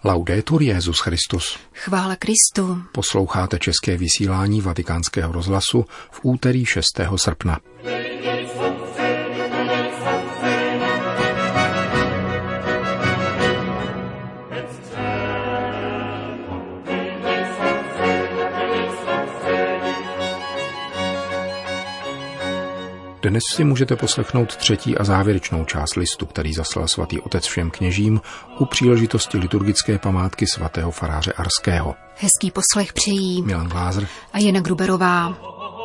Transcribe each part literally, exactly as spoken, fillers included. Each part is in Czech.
Laudetur Jesus Christus. Chvála Kristu. Posloucháte české vysílání Vatikánského rozhlasu v úterý šestého srpna. Dnes si můžete poslechnout třetí a závěrečnou část listu, který zaslal svatý otec všem kněžím u příležitosti liturgické památky svatého faráře Arského. Hezký poslech přejí Milan Glázer a Jana Gruberová.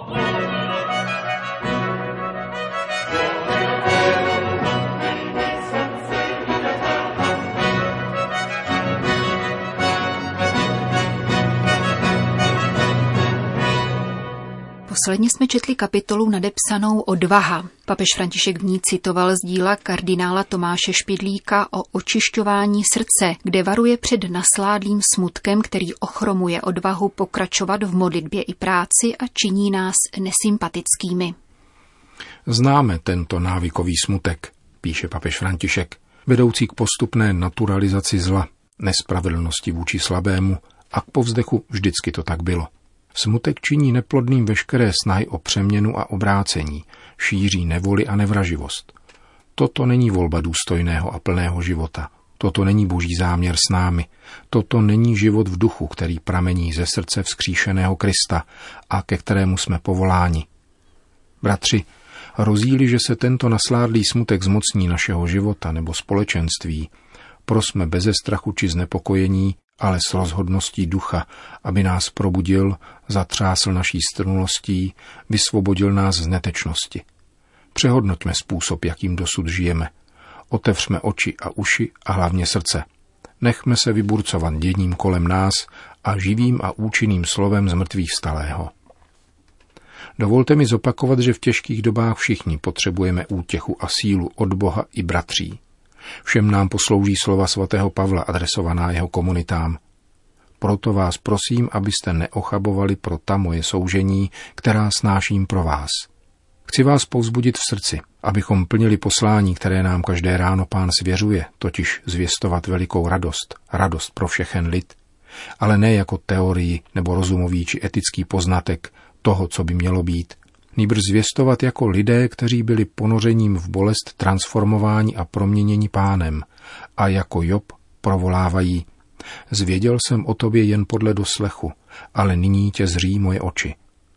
Posledně jsme četli kapitolu nadepsanou Odvaha. Papež František v ní citoval z díla kardinála Tomáše Špidlíka o očišťování srdce, kde varuje před nasládlým smutkem, který ochromuje odvahu pokračovat v modlitbě i práci a činí nás nesympatickými. Známe tento návykový smutek, píše papež František, vedoucí k postupné naturalizaci zla, nespravedlnosti vůči slabému a k povzdechu vždycky to tak bylo. Smutek činí neplodným veškeré snahy o přeměnu a obrácení, šíří nevoli a nevraživost. Toto není volba důstojného a plného života. Toto není boží záměr s námi. Toto není život v duchu, který pramení ze srdce vzkříšeného Krista a ke kterému jsme povoláni. Bratři, hrozí-li, že se tento nasládlý smutek zmocní našeho života nebo společenství, prosme beze strachu či znepokojení, ale s rozhodností ducha, aby nás probudil, zatřásl naší strnulostí, vysvobodil nás z netečnosti. Přehodnoťme způsob, jakým dosud žijeme. Otevřme oči a uši a hlavně srdce. Nechme se vyburcovat děním kolem nás a živým a účinným slovem z mrtvých vstalého. Dovolte mi zopakovat, že v těžkých dobách všichni potřebujeme útěchu a sílu od Boha i bratří. Všem nám poslouží slova svatého Pavla adresovaná jeho komunitám. Proto vás prosím, abyste neochabovali pro ta moje soužení, která snáším pro vás. Chci vás povzbudit v srdci, abychom plnili poslání, které nám každé ráno Pán svěřuje, totiž zvěstovat velikou radost, radost pro všechen lid, ale ne jako teorii nebo rozumový či etický poznatek toho, co by mělo být, nýbrž zvěstovat jako lidé, kteří byli ponořením v bolest transformováni a proměněni Pánem a jako Job provolávají: Zvěděl jsem o tobě jen podle doslechu, ale nyní tě zří moje oči.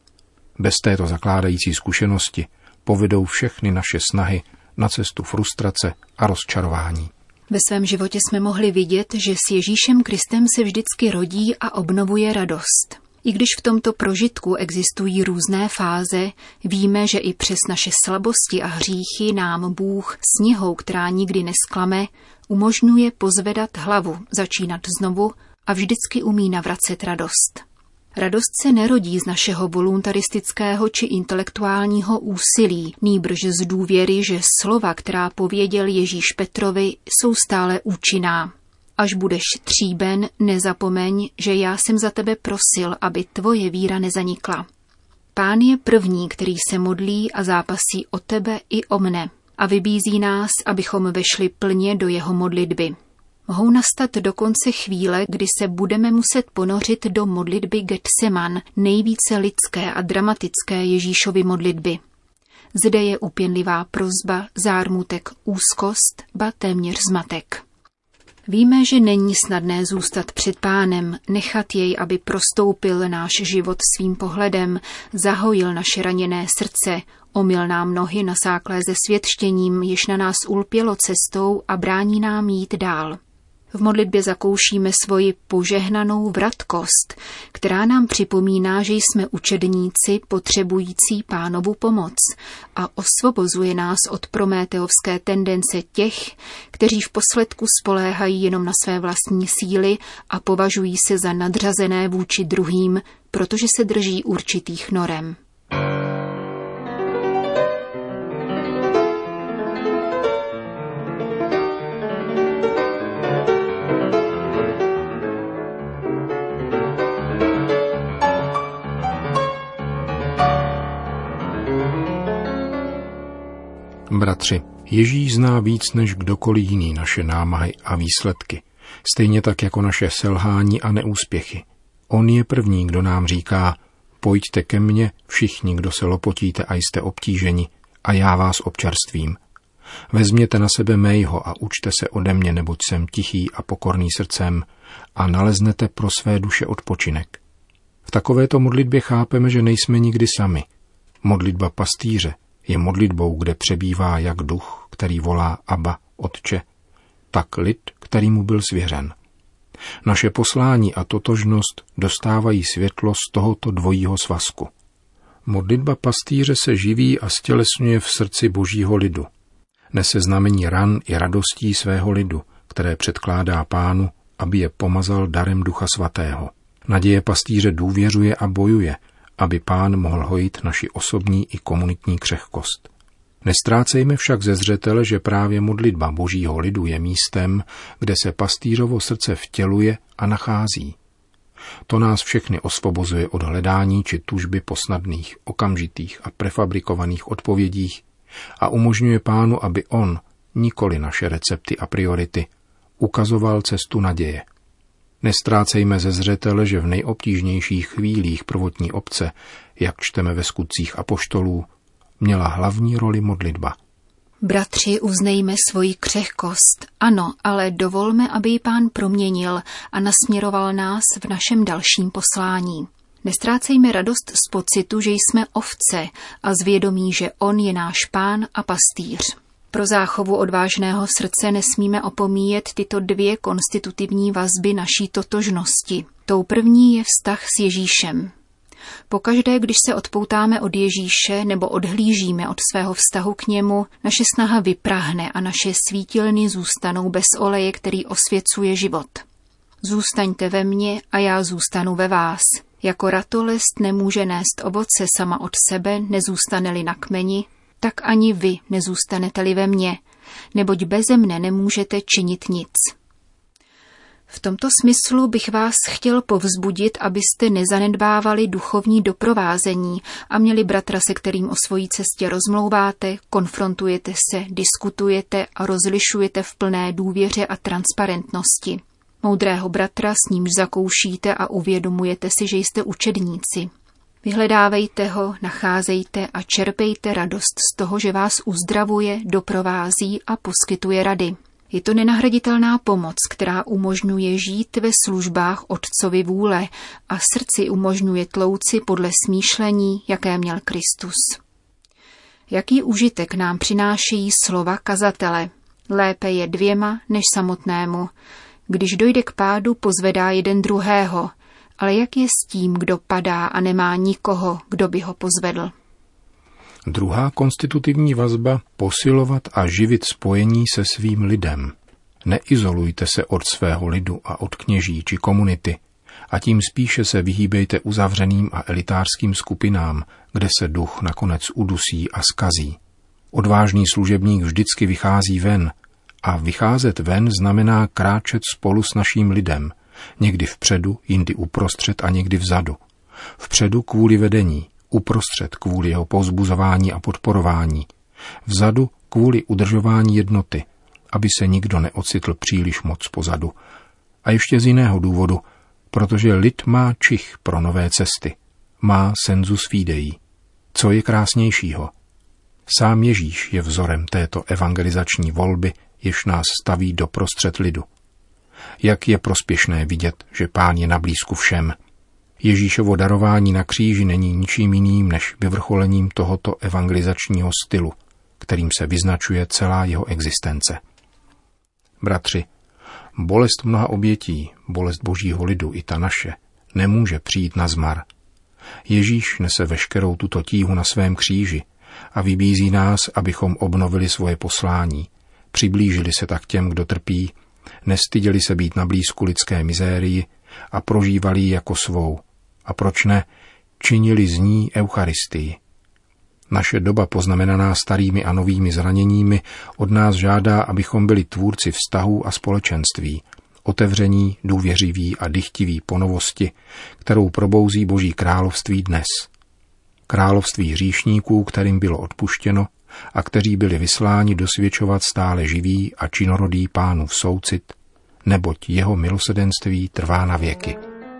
Bez této zakládající zkušenosti povedou všechny naše snahy na cestu frustrace a rozčarování. Ve svém životě jsme mohli vidět, že s Ježíšem Kristem se vždycky rodí a obnovuje radost. I když v tomto prožitku existují různé fáze, víme, že i přes naše slabosti a hříchy nám Bůh s něhou, která nikdy nesklame, umožňuje pozvedat hlavu, začínat znovu a vždycky umí navracet radost. Radost se nerodí z našeho voluntaristického či intelektuálního úsilí, nýbrž z důvěry, že slova, která pověděl Ježíš Petrovi, jsou stále účinná. Až budeš tříben, nezapomeň, že já jsem za tebe prosil, aby tvoje víra nezanikla. Pán je první, který se modlí a zápasí o tebe i o mne a vybízí nás, abychom vešli plně do jeho modlitby. Mohou nastat dokonce chvíle, kdy se budeme muset ponořit do modlitby Getseman, nejvíce lidské a dramatické Ježíšovy modlitby. Zde je úpěnlivá prosba, zármutek, úzkost, ba téměř zmatek. Víme, že není snadné zůstat před Pánem, nechat jej, aby prostoupil náš život svým pohledem, zahojil naše raněné srdce, omyl nám nohy nasáklé ze světštěním, jež na nás ulpělo cestou a brání nám jít dál. V modlitbě zakoušíme svoji požehnanou vratkost, která nám připomíná, že jsme učedníci potřebující Pánovu pomoc a osvobozuje nás od prométeovské tendence těch, kteří v posledku spoléhají jenom na své vlastní síly a považují se za nadřazené vůči druhým, protože se drží určitých norem. Bratři, Ježíš zná víc než kdokoliv jiný naše námahy a výsledky. Stejně tak jako naše selhání a neúspěchy. On je první, kdo nám říká: pojďte ke mně všichni, kdo se lopotíte a jste obtíženi, a já vás občerstvím. Vezměte na sebe mého a učte se ode mě, neboť jsem tichý a pokorný srdcem, a naleznete pro své duše odpočinek. V takovéto modlitbě chápeme, že nejsme nikdy sami. Modlitba pastýře je modlitbou, kde přebývá jak duch, který volá Abba, Otče, tak lid, který mu byl svěřen. Naše poslání a totožnost dostávají světlo z tohoto dvojího svazku. Modlitba pastýře se živí a stělesňuje v srdci božího lidu. Nese znamení ran i radostí svého lidu, které předkládá Pánu, aby je pomazal darem Ducha Svatého. Naděje pastýře důvěřuje a bojuje, aby Pán mohl hojit naši osobní i komunitní křehkost. Nestrácejme však ze zřetele, že právě modlitba božího lidu je místem, kde se pastýřovo srdce vtěluje a nachází. To nás všechny osvobozuje od hledání či tužby po snadných, okamžitých a prefabrikovaných odpovědích a umožňuje Pánu, aby on, nikoli naše recepty a priority, ukazoval cestu naděje. Nestrácejme ze zřetele, že v nejobtížnějších chvílích prvotní obce, jak čteme ve skutcích apoštolů, měla hlavní roli modlitba. Bratři, uznejme svoji křehkost. Ano, ale dovolme, aby ji Pán proměnil a nasměroval nás v našem dalším poslání. Nestrácejme radost z pocitu, že jsme ovce, a z vědomí, že on je náš Pán a pastýř. Pro záchovu odvážného srdce nesmíme opomíjet tyto dvě konstitutivní vazby naší totožnosti. Tou první je vztah s Ježíšem. Pokaždé, když se odpoutáme od Ježíše nebo odhlížíme od svého vztahu k němu, naše snaha vyprahne a naše svítilny zůstanou bez oleje, který osvěcuje život. Zůstaňte ve mně a já zůstanu ve vás. Jako ratolest nemůže nést ovoce sama od sebe, nezůstane-li na kmeni, tak ani vy nezůstanete-li ve mně, neboť beze mne nemůžete činit nic. V tomto smyslu bych vás chtěl povzbudit, abyste nezanedbávali duchovní doprovázení a měli bratra, se kterým o svojí cestě rozmlouváte, konfrontujete se, diskutujete a rozlišujete v plné důvěře a transparentnosti. Moudrého bratra, s nímž zakoušíte a uvědomujete si, že jste učedníci. Vyhledávejte ho, nacházejte a čerpejte radost z toho, že vás uzdravuje, doprovází a poskytuje rady. Je to nenahraditelná pomoc, která umožňuje žít ve službách Otcovy vůle a srdci umožňuje tlouci podle smýšlení, jaké měl Kristus. Jaký užitek nám přinášejí slova kazatele? Lépe je dvěma než samotnému. Když dojde k pádu, pozvedá jeden druhého, ale jak je s tím, kdo padá a nemá nikoho, kdo by ho pozvedl? Druhá konstitutivní vazba – posilovat a živit spojení se svým lidem. Neizolujte se od svého lidu a od kněží či komunity a tím spíše se vyhýbejte uzavřeným a elitářským skupinám, kde se duch nakonec udusí a skazí. Odvážný služebník vždycky vychází ven a vycházet ven znamená kráčet spolu s naším lidem, někdy vpředu, jindy uprostřed a někdy vzadu. Vpředu kvůli vedení, uprostřed kvůli jeho povzbuzování a podporování, vzadu kvůli udržování jednoty, aby se nikdo neocitl příliš moc pozadu. A ještě z jiného důvodu, protože lid má čich pro nové cesty, má sensus fidei. Co je krásnějšího? Sám Ježíš je vzorem této evangelizační volby, jež nás staví doprostřed lidu. Jak je prospěšné vidět, že Pán je nablízku všem. Ježíšovo darování na kříži není ničím jiným než vyvrcholením tohoto evangelizačního stylu, kterým se vyznačuje celá jeho existence. Bratři, bolest mnoha obětí, bolest božího lidu i ta naše, nemůže přijít nazmar. Ježíš nese veškerou tuto tíhu na svém kříži a vybízí nás, abychom obnovili svoje poslání, přiblížili se tak těm, kdo trpí, nestyděli se být na blízku lidské mizérii a prožívali ji jako svou. A proč ne, činili z ní Eucharistii. Naše doba poznamenaná starými a novými zraněními od nás žádá, abychom byli tvůrci vztahů a společenství, otevření, důvěřiví a dychtiví po novosti, kterou probouzí Boží království dnes. Království hříšníků, kterým bylo odpuštěno a kteří byli vysláni dosvědčovat stále živý a činorodý Pánův soucit, neboť jeho milosedenství trvá na věky.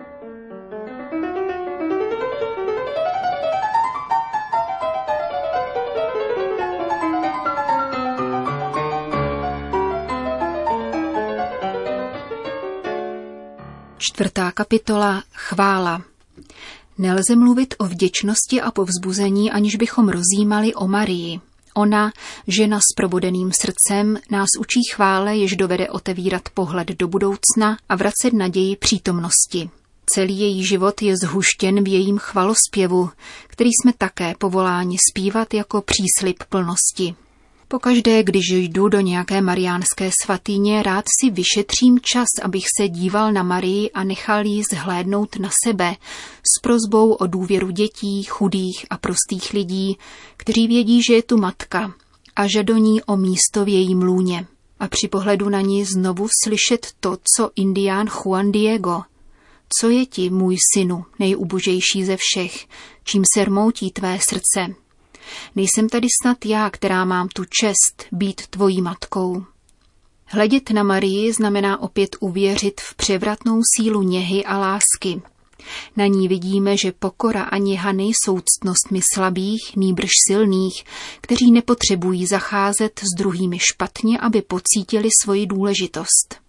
Čtvrtá kapitola. Chvála. Nelze mluvit o vděčnosti a povzbuzení, aniž bychom rozjímali o Marii. Ona, žena s probudeným srdcem, nás učí chvále, jež dovede otevírat pohled do budoucna a vracet naději přítomnosti. Celý její život je zhuštěn v jejím chvalospěvu, který jsme také povoláni zpívat jako příslib plnosti. Pokaždé, když jdu do nějaké mariánské svatýně, rád si vyšetřím čas, abych se díval na Marii a nechal jí zhlédnout na sebe s prosbou o důvěru dětí, chudých a prostých lidí, kteří vědí, že je tu matka a žadoní o místo v jejím lůně. A při pohledu na ní znovu slyšet to, co indián Juan Diego. Co je ti, můj synu, nejubožejší ze všech, čím se rmoutí tvé srdce? Nejsem tady snad já, která mám tu čest být tvojí matkou. Hledět na Marii znamená opět uvěřit v převratnou sílu něhy a lásky. Na ní vidíme, že pokora a něha nejsou ctnostmi slabých, nýbrž silných, kteří nepotřebují zacházet s druhými špatně, aby pocítili svoji důležitost.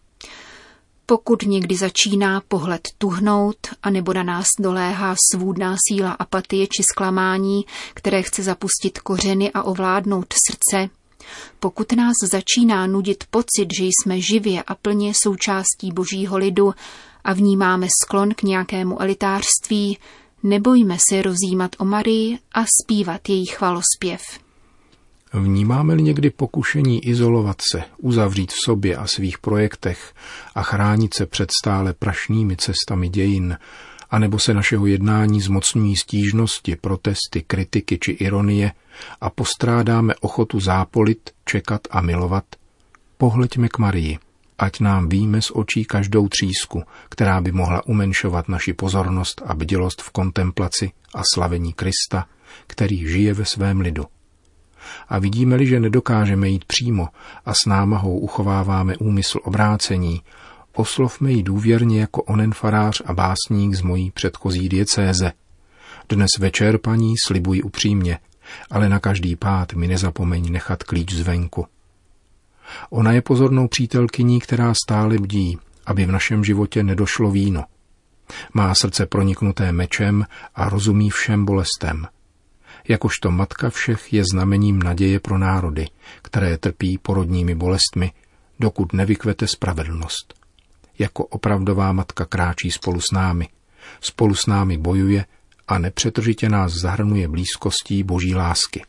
Pokud někdy začíná pohled tuhnout, anebo na nás doléhá svůdná síla apatie či zklamání, které chce zapustit kořeny a ovládnout srdce, pokud nás začíná nudit pocit, že jsme živě a plně součástí božího lidu a vnímáme sklon k nějakému elitářství, nebojme se rozjímat o Marii a zpívat její chvalospěv. Vnímáme-li někdy pokušení izolovat se, uzavřít v sobě a svých projektech a chránit se před stále prašnými cestami dějin, anebo se našeho jednání zmocňují stížnosti, protesty, kritiky či ironie a postrádáme ochotu zápolit, čekat a milovat, pohleďme k Marii, ať nám vyjme z očí každou třísku, která by mohla umenšovat naši pozornost a bdělost v kontemplaci a slavení Krista, který žije ve svém lidu. A vidíme-li, že nedokážeme jít přímo a s námahou uchováváme úmysl obrácení, oslovme ji důvěrně jako onen farář a básník z mojí předchozí diecéze. Dnes večer, paní, slibuji upřímně, ale na každý pád mi nezapomeň nechat klíč zvenku. Ona je pozornou přítelkyní, která stále bdí, aby v našem životě nedošlo víno. Má srdce proniknuté mečem a rozumí všem bolestem. Jakožto matka všech je znamením naděje pro národy, které trpí porodními bolestmi, dokud nevykvete spravedlnost. Jako opravdová matka kráčí spolu s námi, spolu s námi bojuje a nepřetržitě nás zahrnuje blízkostí boží lásky.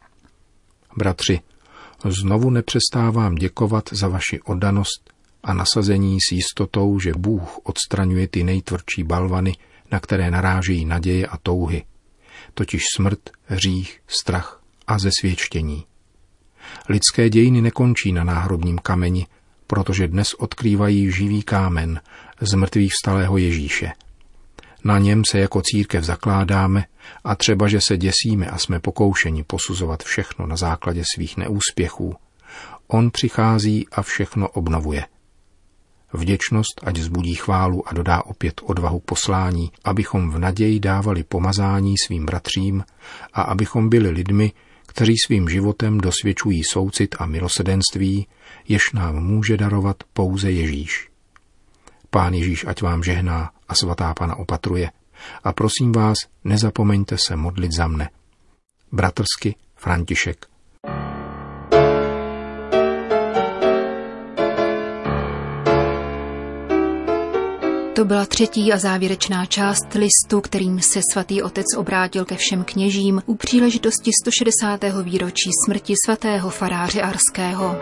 Bratři, znovu nepřestávám děkovat za vaši oddanost a nasazení s jistotou, že Bůh odstraňuje ty nejtvrdší balvany, na které narážejí naděje a touhy, totiž smrt, hřích, strach a zesvědčení. Lidské dějiny nekončí na náhrobním kameni, protože dnes odkrývají živý kámen z mrtvých vstalého Ježíše. Na něm se jako církev zakládáme a třeba, že se děsíme a jsme pokoušeni posuzovat všechno na základě svých neúspěchů, on přichází a všechno obnovuje. Vděčnost ať vzbudí chválu a dodá opět odvahu k poslání, abychom v naději dávali pomazání svým bratřím a abychom byli lidmi, kteří svým životem dosvědčují soucit a milosedenství, jež nám může darovat pouze Ježíš. Pán Ježíš ať vám žehná a svatá Pana opatruje. A prosím vás, nezapomeňte se modlit za mne. Bratrsky František. To byla třetí a závěrečná část listu, kterým se svatý otec obrátil ke všem kněžím u příležitosti sto šedesátého výročí smrti svatého faráře Arského.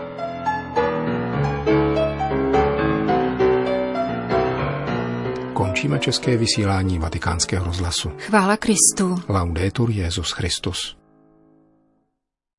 Končíme české vysílání Vatikánského rozhlasu. Chvála Kristu. Laudetur Jesus Christus.